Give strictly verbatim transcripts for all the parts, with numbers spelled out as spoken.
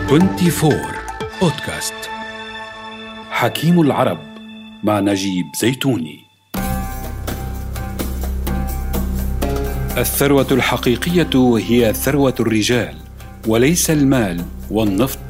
أربعة وعشرين بودكاست حكيم العرب مع نجيب زيتوني. الثروة الحقيقية هي ثروة الرجال وليس المال والنفط.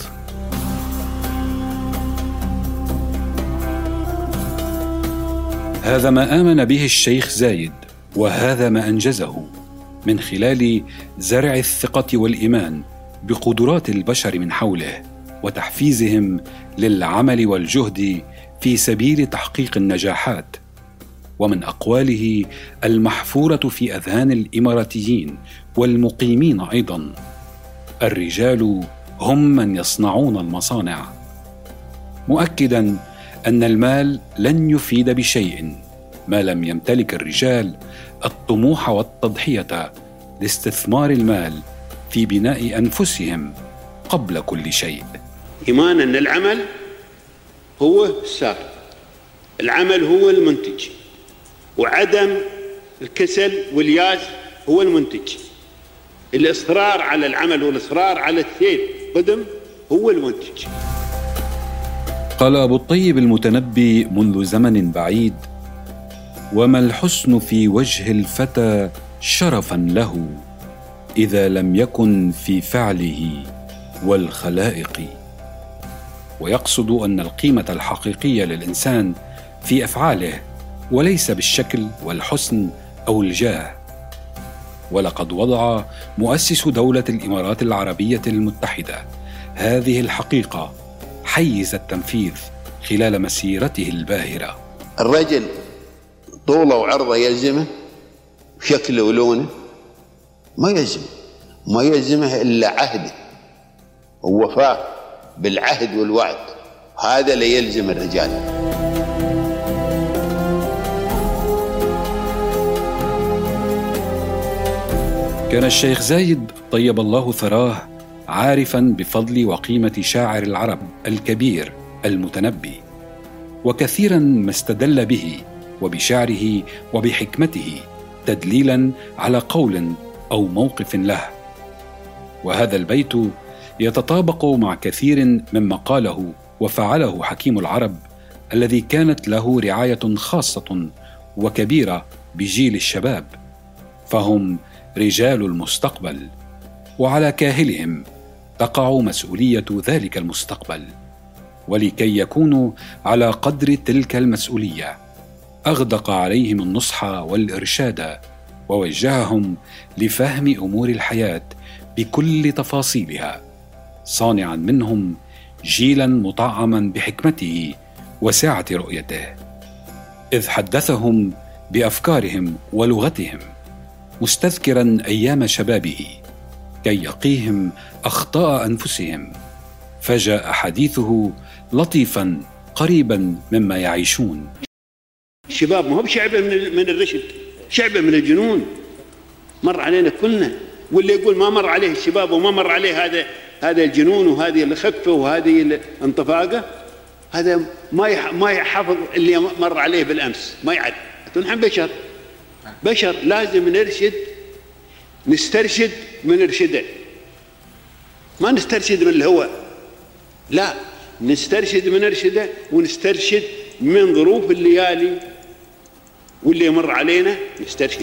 هذا ما آمن به الشيخ زايد، وهذا ما أنجزه من خلال زرع الثقة والإيمان بقدرات البشر من حوله وتحفيزهم للعمل والجهد في سبيل تحقيق النجاحات. ومن أقواله المحفورة في أذهان الإماراتيين والمقيمين أيضاً: الرجال هم من يصنعون المصانع، مؤكداً أن المال لن يفيد بشيء ما لم يمتلك الرجال الطموح والتضحية لاستثمار المال في بناء أنفسهم قبل كل شيء. إيمانا أن العمل هو الساق، العمل هو المنتج، وعدم الكسل والياس هو المنتج. الإصرار على العمل والإصرار على السير قدم هو المنتج. قال أبو الطيب المتنبي منذ زمن بعيد: وما الحسن في وجه الفتى شرفا له إذا لم يكن في فعله والخلائق. ويقصد أن القيمة الحقيقية للإنسان في أفعاله وليس بالشكل والحسن أو الجاه. ولقد وضع مؤسس دولة الإمارات العربية المتحدة هذه الحقيقة حيز التنفيذ خلال مسيرته الباهرة. الرجل طوله وعرضه يلزمه، شكله ولونه ما يلزم ما يلزمه إلا عهده ووفاء بالعهد والوعد، هذا لا يلزم الرجال. كان الشيخ زايد طيب الله ثراه عارفاً بفضل وقيمة شاعر العرب الكبير المتنبي، وكثيراً ما استدل به وبشعره وبحكمته تدليلاً على قول أو موقف له. وهذا البيت يتطابق مع كثير مما قاله وفعله حكيم العرب الذي كانت له رعاية خاصة وكبيرة بجيل الشباب، فهم رجال المستقبل، وعلى كاهلهم تقع مسؤولية ذلك المستقبل. ولكي يكونوا على قدر تلك المسؤولية أغدق عليهم النصح والإرشاد، ووجههم لفهم أمور الحياة بكل تفاصيلها، صانعا منهم جيلا مطعما بحكمته وسعة رؤيته، إذ حدثهم بأفكارهم ولغتهم، مستذكرا أيام شبابه كي يقيهم أخطاء أنفسهم، فجاء حديثه لطيفا قريبا مما يعيشون. الشباب ما هو بشعبه من الرشد، شعبه من الجنون مر علينا كلنا، واللي يقول ما مر عليه الشباب وما مر عليه هذا هذا الجنون وهذه الخفة وهذه الانطفاقة، هذا ما ما يحفظ اللي مر عليه بالأمس، ما يعرف. نحن بشر بشر لازم نرشد، نسترشد من ارشده، ما نسترشد من الهوى، لا نسترشد من ارشده، ونسترشد من ظروف الليالي واللي يمر علينا نسترشد.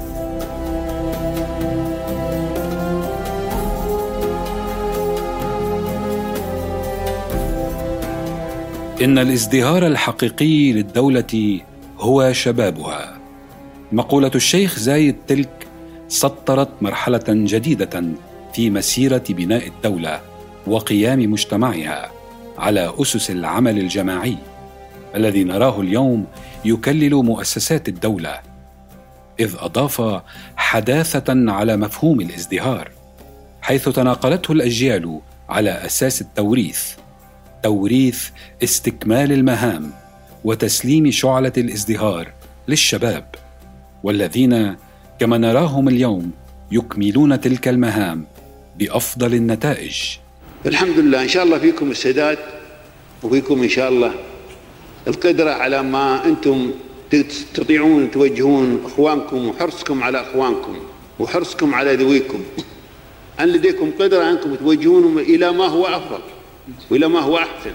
إن الازدهار الحقيقي للدولة هو شبابها. مقولة الشيخ زايد تلك سطرت مرحلة جديدة في مسيرة بناء الدولة وقيام مجتمعها على أسس العمل الجماعي الذي نراه اليوم يكلل مؤسسات الدولة، إذ أضاف حداثة على مفهوم الازدهار، حيث تناقلته الأجيال على أساس التوريث، توريث استكمال المهام وتسليم شعلة الازدهار للشباب، والذين كما نراهم اليوم يكملون تلك المهام بأفضل النتائج. الحمد لله، إن شاء الله فيكم السداد وفيكم إن شاء الله القدرة على ما أنتم تستطيعون توجهون أخوانكم، وحرصكم على أخوانكم وحرصكم على ذويكم. أن لديكم قدرة أنكم توجهونهم إلى ما هو أفضل وإلى ما هو أحسن.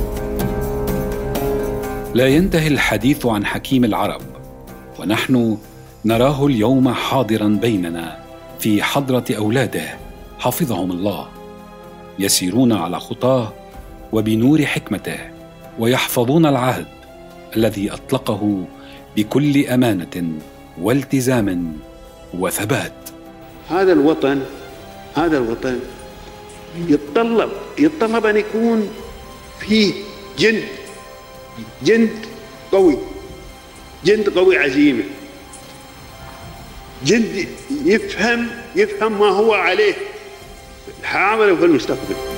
لا ينتهي الحديث عن حكيم العرب، ونحن نراه اليوم حاضرا بيننا في حضرة أولاده حفظهم الله، يسيرون على خطاه وبنور حكمته، ويحفظون العهد الذي أطلقه بكل أمانة والتزام وثبات. هذا الوطن هذا الوطن يتطلب يتطلب أن يكون فيه جند جند قوي، جند قوي عزيمة، جند يفهم يفهم ما هو عليه في الحاضر وفي المستقبل.